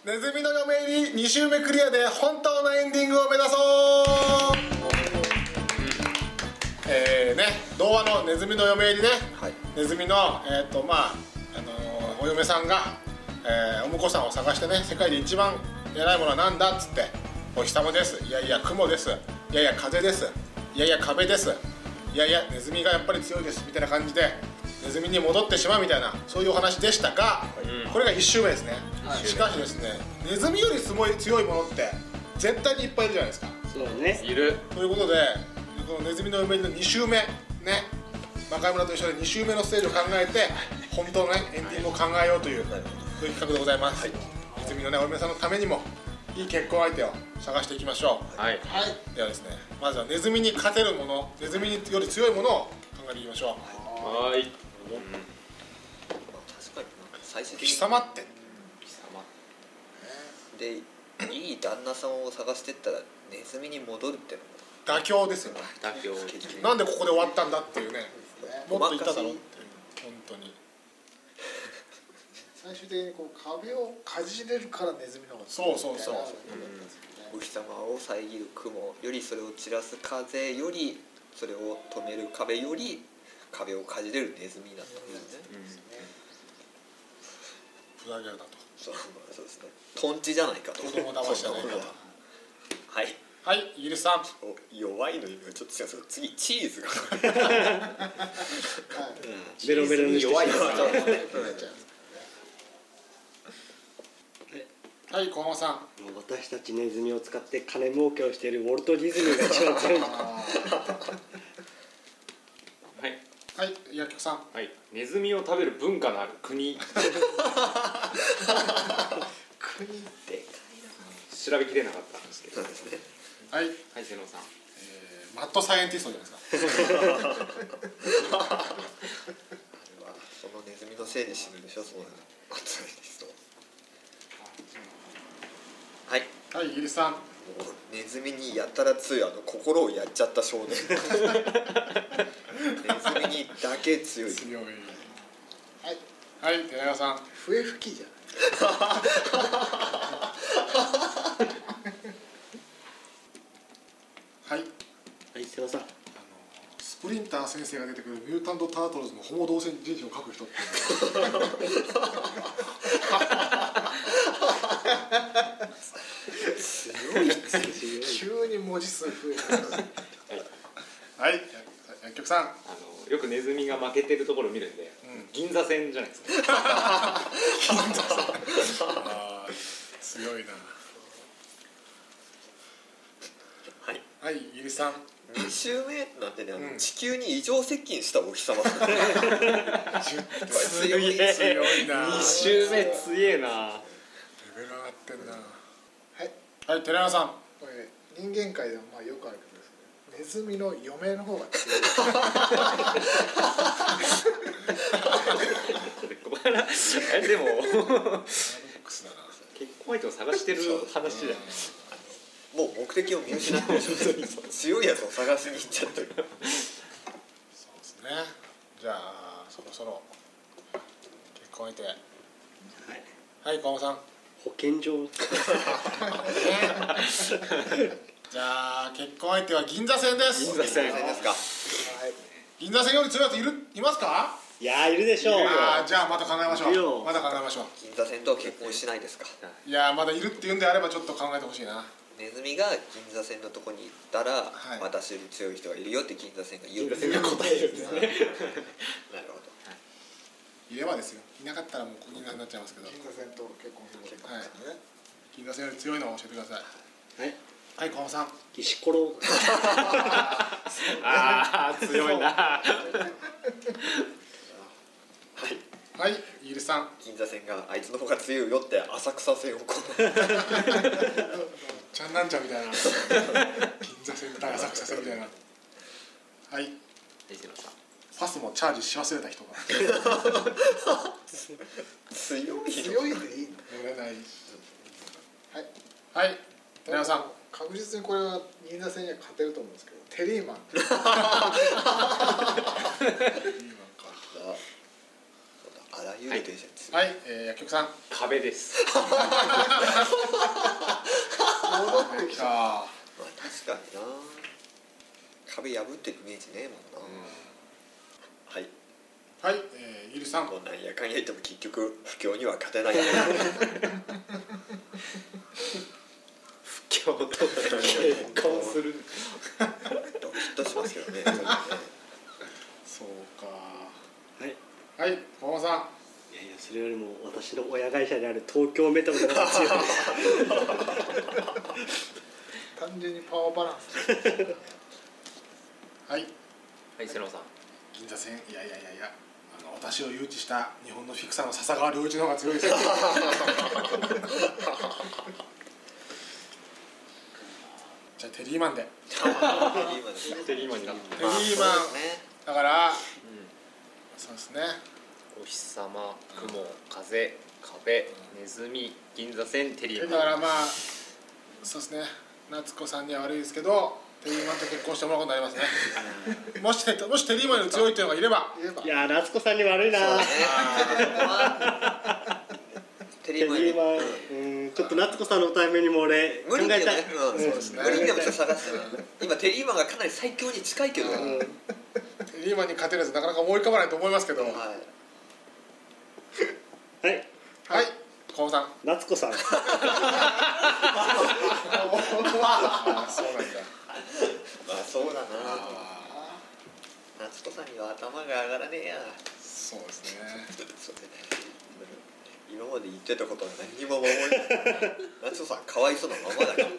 ネズミの嫁入り2週目クリアで本当のエンディングを目指そうね、童話のネズミの嫁入りね、はい、ネズミの、お嫁さんが、お婿さんを探してね、世界で一番偉いものは何だっつって、お日様です、いやいや雲です、いやいや風です、いやいや壁です、いやいやネズミがやっぱり強いですみたいな感じでネズミに戻ってしまうみたいな、そういうお話でしたが、これが1週目ですね、はい、しかしですね、ネズミより強いものって絶対にいっぱいいるじゃないですか。 そうね、いる。 ということで、このネズミの嫁入りの2週目ね、魔界村と一緒で2週目のステージを考えて本当のねエンディングを考えようという、そういう企画でございます、はい、ネズミのねお嫁さんのためにもいい結婚相手を探していきましょう。はい、はい、ではですね、まずはネズミに勝てるもの、ネズミより強いものを考えていきましょう。はい、 確かに最終的に貴様ってでいい旦那さんを探してったらネズミに戻るってのも妥協ですよね。 妥協。 なんでここで終わったんだっていうね、もっと言っただろうって本当に最終的にこう壁をかじれるからネズミの方がそうそうそう、 お日様を遮る雲よりそれを散らす風よりそれを止める壁より壁をかじれるネズミだったんですね。 ふざけるなと。 そうですね。トンチじゃないかと。 子供騙しじゃないかと。 はいはい、イギリスさん。 弱いのにちょっと違うんですけど、次チーズがベロベロに弱いですからね。 はい、小浜さん。 私たちネズミを使って金儲けをしているウォルト・ディズニーが一番強い。 はい。 はい、薬局さん。 はい。ネズミを食べる文化のある国。 国でかいな。調べきれなかったんですけど。 そうですね。 はい。 はい、瀬野さん。 マッドサイエンティストじゃないですか。 そのネズミのせいで死ぬでしょ、そうなの。マッドサイエンティスト。はい。 はい、イギリスさん。 ネズミにやったら強い心をやっちゃった少年。ネズミにだけ強い。 強い。はい。はい、寺山さん。 笛吹きじゃない。 はい。 はい、瀬野さん。 スプリンター先生が出てくるミュータント・タートルズのホモ同性人種を書く人って。 強い。急に文字数増えた。 はい、薬局さん。 よくネズミが負けてるところを見るんで、銀座線じゃないですか。 銀座線。ああ、強いな。 はい。 はい、イギリスさん。 2週目なんてね、地球に異常接近したお日様。 強いな。 2週目強えな。 レベル上がってんな。 はい。 はい、寺山さん。 これ人間界でもまあよくあるけどですね、ネズミの嫁の方が強い。 でも結婚相手を探してる話じゃない。 もう目的を見失って強いやつを探しに行っちゃってる。 そうですね。じゃあそろそろ結婚相手。はい、小浜さん。 保健所。 じゃあ結婚相手は銀座線です。 銀座線ですか。はい。 銀座線より強いやついますか？ いやいるでしょう。 じゃあまた考えましょう。また考えましょう。 銀座線と結婚しないですか？ いやまだいるって言うんであればちょっと考えてほしいな。 ネズミが銀座線のとこに行ったら、私より強い人がいるよって銀座線が言う。 銀座線が答えるんですね。なるほど。 いればですよ。いなかったらもう銀座になっちゃいますけど。 銀座線と結婚することですね。 銀座線より強いのを教えてください。はい。はい、小浜さん。 石ころ。 ああ強いな。はい 。はい、イギリスさん。 銀座線があいつの方が強いよって浅草線をこう。 ちゃんなんちゃんみたいな。銀座線対浅草線みたいな。はい。パスもチャージし忘れた人が。 強いでいいの。 乗れない。はい。はい。寺山さん。 確実にこれは銀座線には勝てると思うんですけど、テリーマン。 テリーマンか。 あらゆる電車に。 はい、薬局さん。 壁です。 壁破ってるイメージねえもんな、はいはい、ゆりさん。 もうなんやかんや言っても結局不況には勝てない不況と結婚するドキッとしますけどねそうか。 はいはい、小浜さん。 いやいやそれよりも私の親会社である東京メトロの方が強い単純にパワーバランスはい、 はい瀬野さん銀座線。いや私を誘致した日本のフィクサーの笹川良一の方が強いですよじゃあテリーマンで。 テリーマンになってテリーマンだから、そうですね。 お日様、雲、風、壁、ネズミ、銀座線、テリーだマン。 からまあそうですね。夏子さんには悪いですけど、テリーマンと結婚してもらうことになりますね。もしテリーマンより強いっていうのがいれば。 いや夏子さんに悪いなテリテーマンにリーマンちょっと夏子さんのためにも俺考無理でもえたいね、そうですね、無理でもちょっと探してね今テリーマンがかなり最強に近いけど、 テリーマンに勝てるやつなかなか思い浮かばないと思いますけど。はい。 はいはい、小浜さん。 夏子さんあそうなんだ。 まあそうだな夏子さんには頭が上がらねえやそうですね。 そうね今まで言ってたことは何にも守れない夏子さんかわいそうなままだから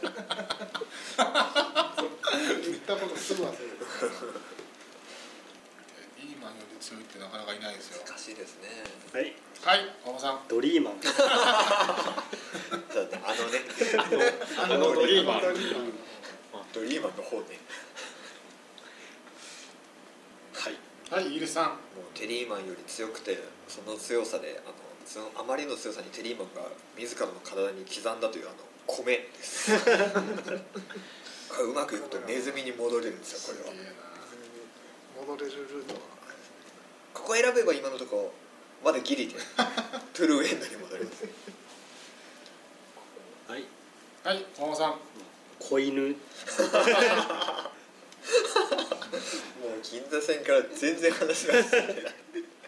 言ったことすぐ忘れるテリーマンより強いってなかなかいないですよ。 難しいですねはいはい、小浜さん。 ドリーマンそうねあのドリーマン。 ドリーマンの方ねはいはい、イギリスさん。 もうテリーマンより強くてその強さでそのあまりの強さにテリーマンが自らの体に刻んだという米ですこれうまくいくとネズミに戻れるんですよこれは戻れるルートはここ選べば今のところまだギリでトゥルーエンドに戻りますはいはい、小浜さん。 子犬もう銀座線から全然話が進んでない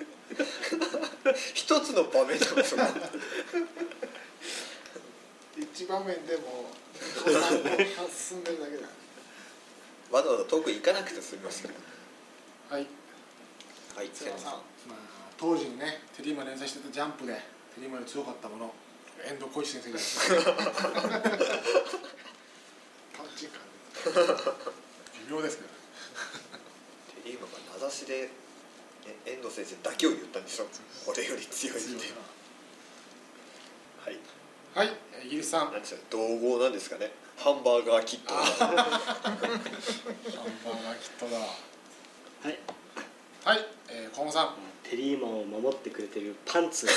一つの場面でもそこ一場面でも進んでるだけだわざわざ遠く行かなくて済みますけどはい。 はい瀬野さんまあ当時にね、テリーマン連載してたジャンプでテリーマンより強かったもの、遠藤浩一先生です。 パンチ感微妙ですけどね。 テリーマンが名指しで遠藤先生だけを言ったんでしょ俺より強いってはいはい、イギリスさん。 なんですか同合なんですかねハンバーガーキットハンバーガーキットだ。 はいはい、小浜さん。 テリーマンを守ってくれてるパンツ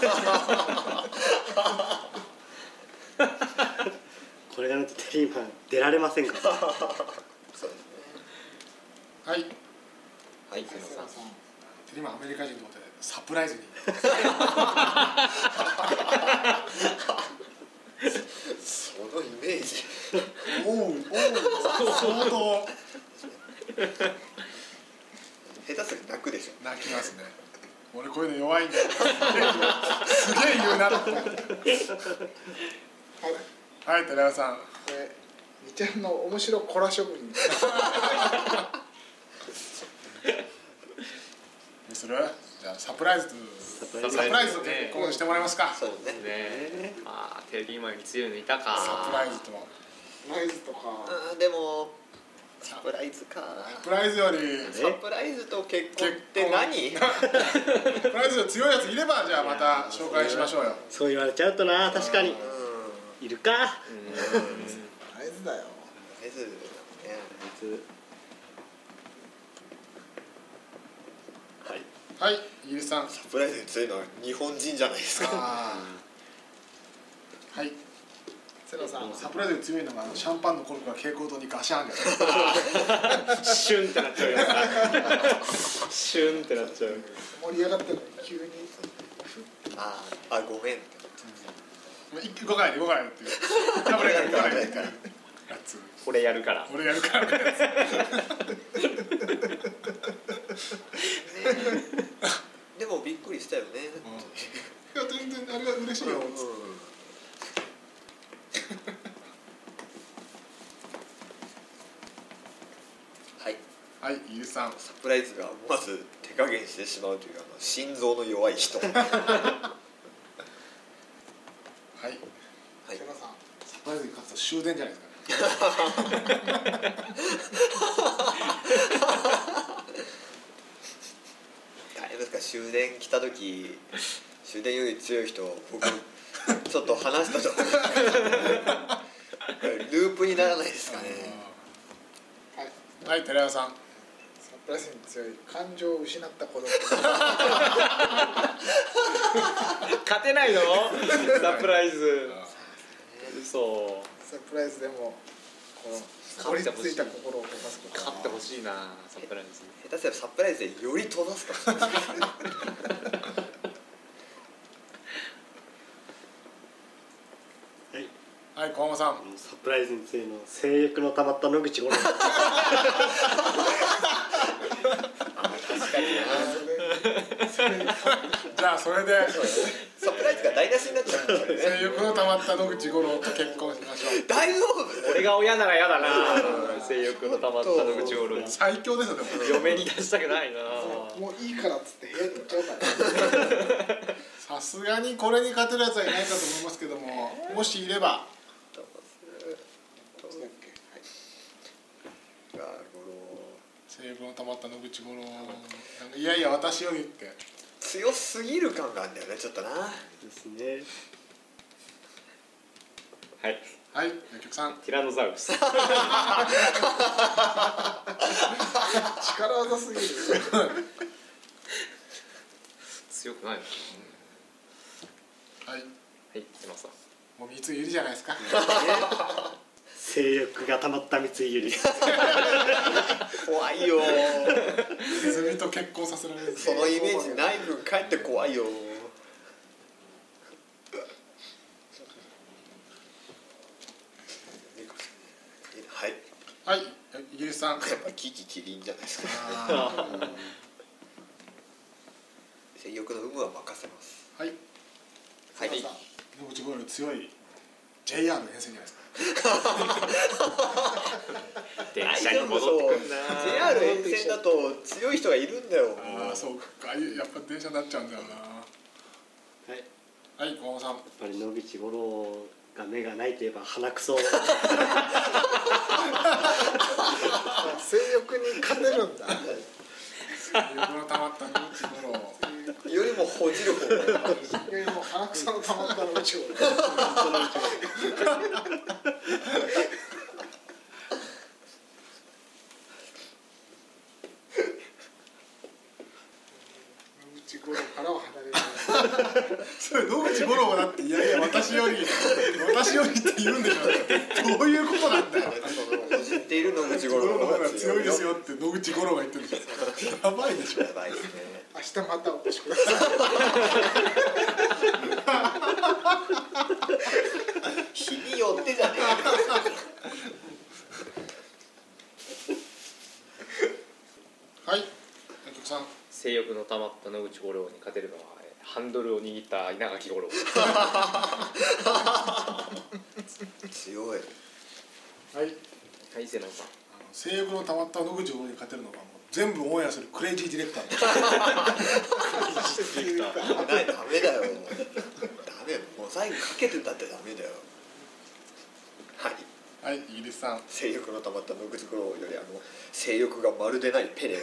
これがないとテリーマン出られませんからそうですねはい、 はい瀬野さんテリーマンアメリカ人と思ってサプライズに。 そのイメージおう相当下手すると泣くでしょ泣きますね。俺こういうの弱いんだよ。すげえ言うなって。はい、寺山さん。 これみちゃんの面白コラ職人どうする？じゃあサプライズとサプライズと結婚してもらえますか。 そうですねねまあテリーマンより強いのいたか。 サプライズとライズとかでもサプライズかサプライズよりサプライズと結婚って何サプライズより強いやついればじゃあまた紹介しましょうよ。 そう言われちゃうとな確かにいるかライズだよサプライズねはいはい、イギリスさん。 サプライズに強いのは日本人じゃないですかはい。 瀬野さんサプライズより強いのがシャンパンのコルクが蛍光灯にガシャンって。 シュンってなっちゃうやつシュンってなっちゃう。 盛り上がってるのに急にごめん 5回でっていう。ダブルが5回でっていうやつ。 俺やるから俺やるからねでもびっくりしたよね、 いや全然あれは嬉しいよ、 はいはいゆうさんサプライズが思わず手加減してしまうという心臓の弱い人はいはいはい瀬野さんサプライズに勝つと終電じゃないですかね大丈夫ですか、終電来た時終電より強い人僕ちょっと話したとループにならないですかね。 はいはい寺山さんサプライズに強い感情を失った子供勝てないのサプライズ嘘サプライズでもこの凍りついた心を動かすこと勝ってほしいなサプライズ下手すればサプライズでより閉ざすかもしれないはい小浜さんサプライズについての性欲の溜まった野口五郎確かになじゃあそれでサプライズが台無しになっちゃうんですよね。 性欲の溜まった野口五郎と結婚しましょう大丈夫俺が親なら嫌だな性欲の溜まった野口五郎に最強ですよね嫁に出したくないなもういいからっつって部屋に行っちゃうからさすがにこれに勝てるやつはいないかと思いますけどももしいれば性欲の溜まった野口五郎なんかいやいや私よりって強すぎる感があるんだよねちょっとな。 ですね。 はいはい薬局さんティラノザウルス力技すぎる強くないのはいはいすいませんもう三井ゆりじゃないですか性欲が溜まった三井ゆり。 怖いよネズミと結婚させられるそのイメージない分かえって怖いよ。はいはいイギリスさんやっぱキキキリンじゃないですか。 あ性欲の有無は任せます。 ーはいはい瀬野さん野口五郎より強い JR の沿線じゃないですか電車に戻ってくんな JR 沿線だと強い人がいるんだよ。 ああそうかやっぱ電車になっちゃうんだよなはい。 はい小浜さんやっぱり野口五郎が目がないといえば鼻くそ。 性欲に勝てるんだ性欲の溜まった野口五郎よりもほじる方がいやもう鼻くその溜まったのうちを野口五郎からは離れるそれ野口五郎がだっていやいや私よりって言うんでしょどういうことなんだよその知っている野口五五郎郎の方がの方が強強いよ。 いですよって野口五郎が言ってるんでしょやばいでしょやばいですね。 明日またお越しください日によってじゃねはい薬局さん性欲の溜まった野口五郎に勝てるのはハンドルを握った稲垣五郎え。強い。 はいはい瀬野さん性欲の溜まった野口五郎に勝てるのはもう全部オンエアするクレイジーディレクターないダメだよ。ダメモザイクかけてたってダメだよ。はい。 はいイギリスさん性欲の溜まった野口五郎より性欲がまるでないペレ。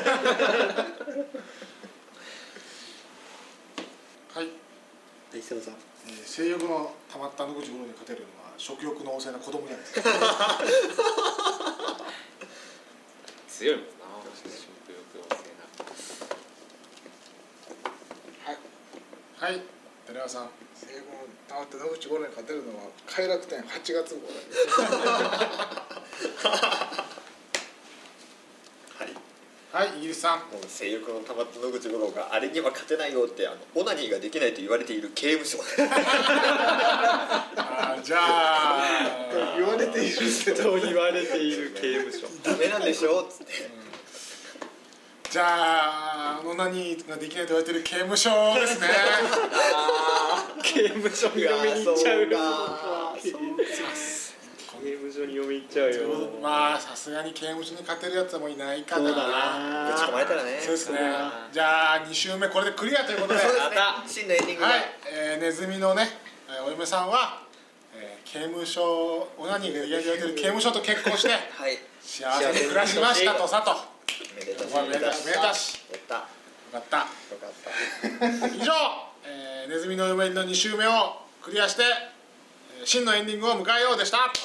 はいはい、瀬野さん。 性欲の溜まった野口五郎に勝てるのは食欲の旺盛な子供じゃないですか強いもんな食欲旺盛なはい寺山さん性欲の溜まった野口五郎に勝てるのは快楽天8月号はいイギリスさんもう性欲の溜まった野口五郎があれには勝てないよってオナニーができないと言われている刑務所。 あーじゃあ言われてていると言われている刑務所。 ダメなんでしょっつってじゃあオナニーができないと言われてる刑務所ですね。 刑務所に嫁に行っちゃうよ。 そうか刑務所に嫁行っちゃうよ。 まあさすがに刑務所に勝てるやつはもういないかな。 そうだなぶち込まれたらねそうですねそうだ。 じゃあ2週目これでクリアということで、 そうですねやった真のエンディングだはい、ネズミのねお嫁さんは、刑務所オナニーができないと言われてる刑務所と結婚してはい幸せに暮らしましたとさと。 めでたしめでたしめでたし。 やったよよかった。 かった以上、ネズミの嫁の2週目をクリアして、真のエンディングを迎えようでした。 はい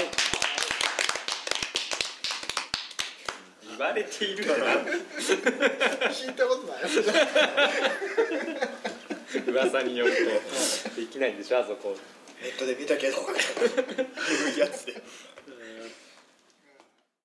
言われているよな。 聞いたことない噂によるとできないんでしょあそこ。 ネットで見たけどいうやつで